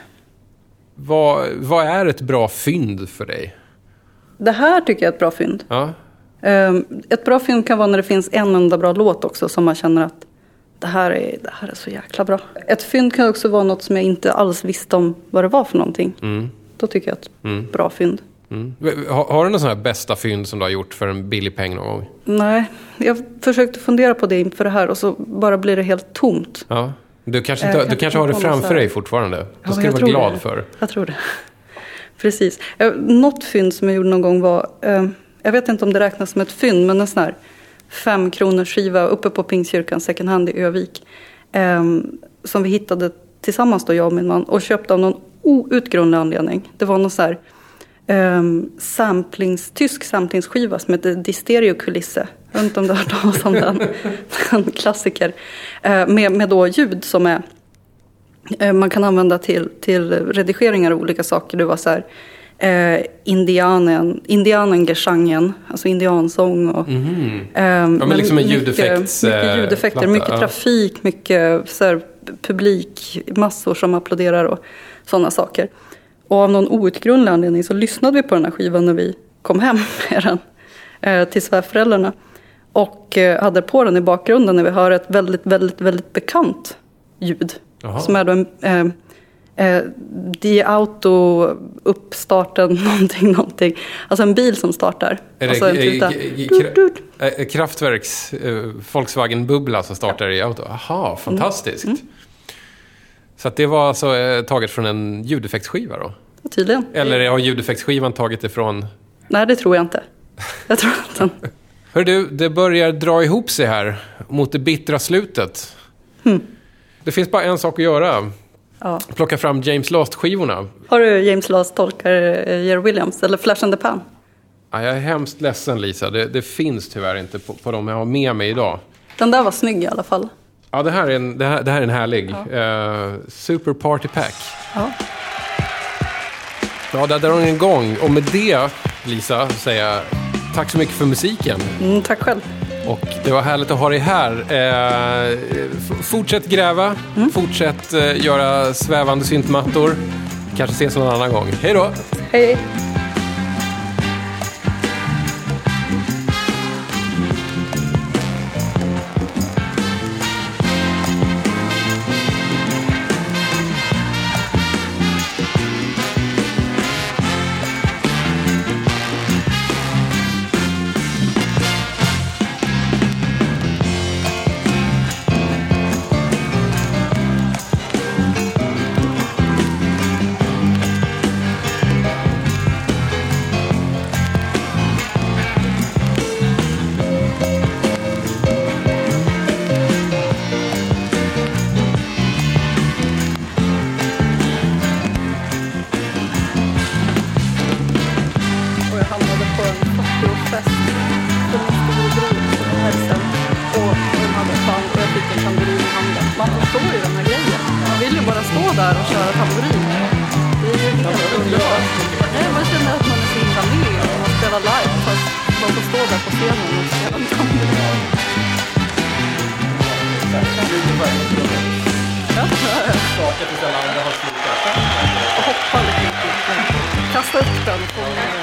Vad, vad är ett bra fynd för dig? Det här tycker jag är ett bra fynd. Ja. Um, ett bra fynd kan vara när det finns en enda bra låt också som man känner att det här är, det här är så jäkla bra. Ett fynd kan också vara något som jag inte alls visste om vad det var för någonting. Mm. Då tycker jag att mm. bra fynd. Mm. Har, har du någon sån här bästa fynd som du har gjort för en billig peng någon gång? Nej, jag försökte fundera på det inför det här och så bara blir det helt tomt. Ja. Du kanske, inte, du kanske har det framför dig fortfarande. Då ja, ska du vara glad det. för. Jag tror det. Precis. Något fynd som jag gjorde någon gång var, eh, jag vet inte om det räknas som ett fynd, men en sån här fem kronors skiva uppe på Pingstkyrkan second hand i Övik. Eh, som vi hittade tillsammans då, jag och min man, och köpte av någon outgrundlig anledning. Det var någon sån här eh, samplings, tysk samplingsskiva som heter Die Stereo-kulisse. Jag vet inte om du har hört talas om den. En klassiker. Eh, med, med då ljud som är man kan använda till, till redigeringar av olika saker. Det var så här eh, indianen, indianengesangen, alltså indiansång och mm. eh, ja, men liksom en ljudeffekts, mycket, mycket ljudeffekter, platta, mycket ja. trafik, mycket så här, publik, massor som applåderar och sådana saker. Och av någon outgrundlig anledning så lyssnade vi på den här skivan när vi kom hem med den eh, till svärföräldrarna. Och eh, hade på den i bakgrunden när vi hör ett väldigt, väldigt, väldigt bekant ljud. Aha. Som är då en eh, eh, D-auto uppstarten någonting, någonting. Alltså en bil som startar. Är det alltså en tuta. Kra- Kraftwerks eh, Volkswagen-bubbla som startar i auto? Aha, fantastiskt. Mm. Mm. Så att det var alltså eh, taget från en ljudeffektsskiva då? Tydligen. Eller har ljudeffektsskivan tagit det från... Nej, det tror jag inte. Jag tror inte. Hör du, det börjar dra ihop sig här mot det bittra slutet. Hmm. Det finns bara en sak att göra. Ja. Plocka fram James Last-skivorna. Har du James Last tolkar Jerry Williams eller Flash and the Pan? Ja, jag är hemskt ledsen, Lisa. Det, det finns tyvärr inte på, på de jag har med mig idag. Den där var snygg i alla fall. Ja, det här är en, det här, det här är en härlig. Ja. Uh, Super Party Pack. Ja. Ja, där drar den igång. Och med det, Lisa, säger jag tack så mycket för musiken. Mm, tack själv. Och det var härligt att ha dig här. Eh, f- fortsätt gräva. Mm. Fortsätt eh, göra svävande syntmattor. Kanske ses någon annan gång. Hej då! Hej! Kasta upp den.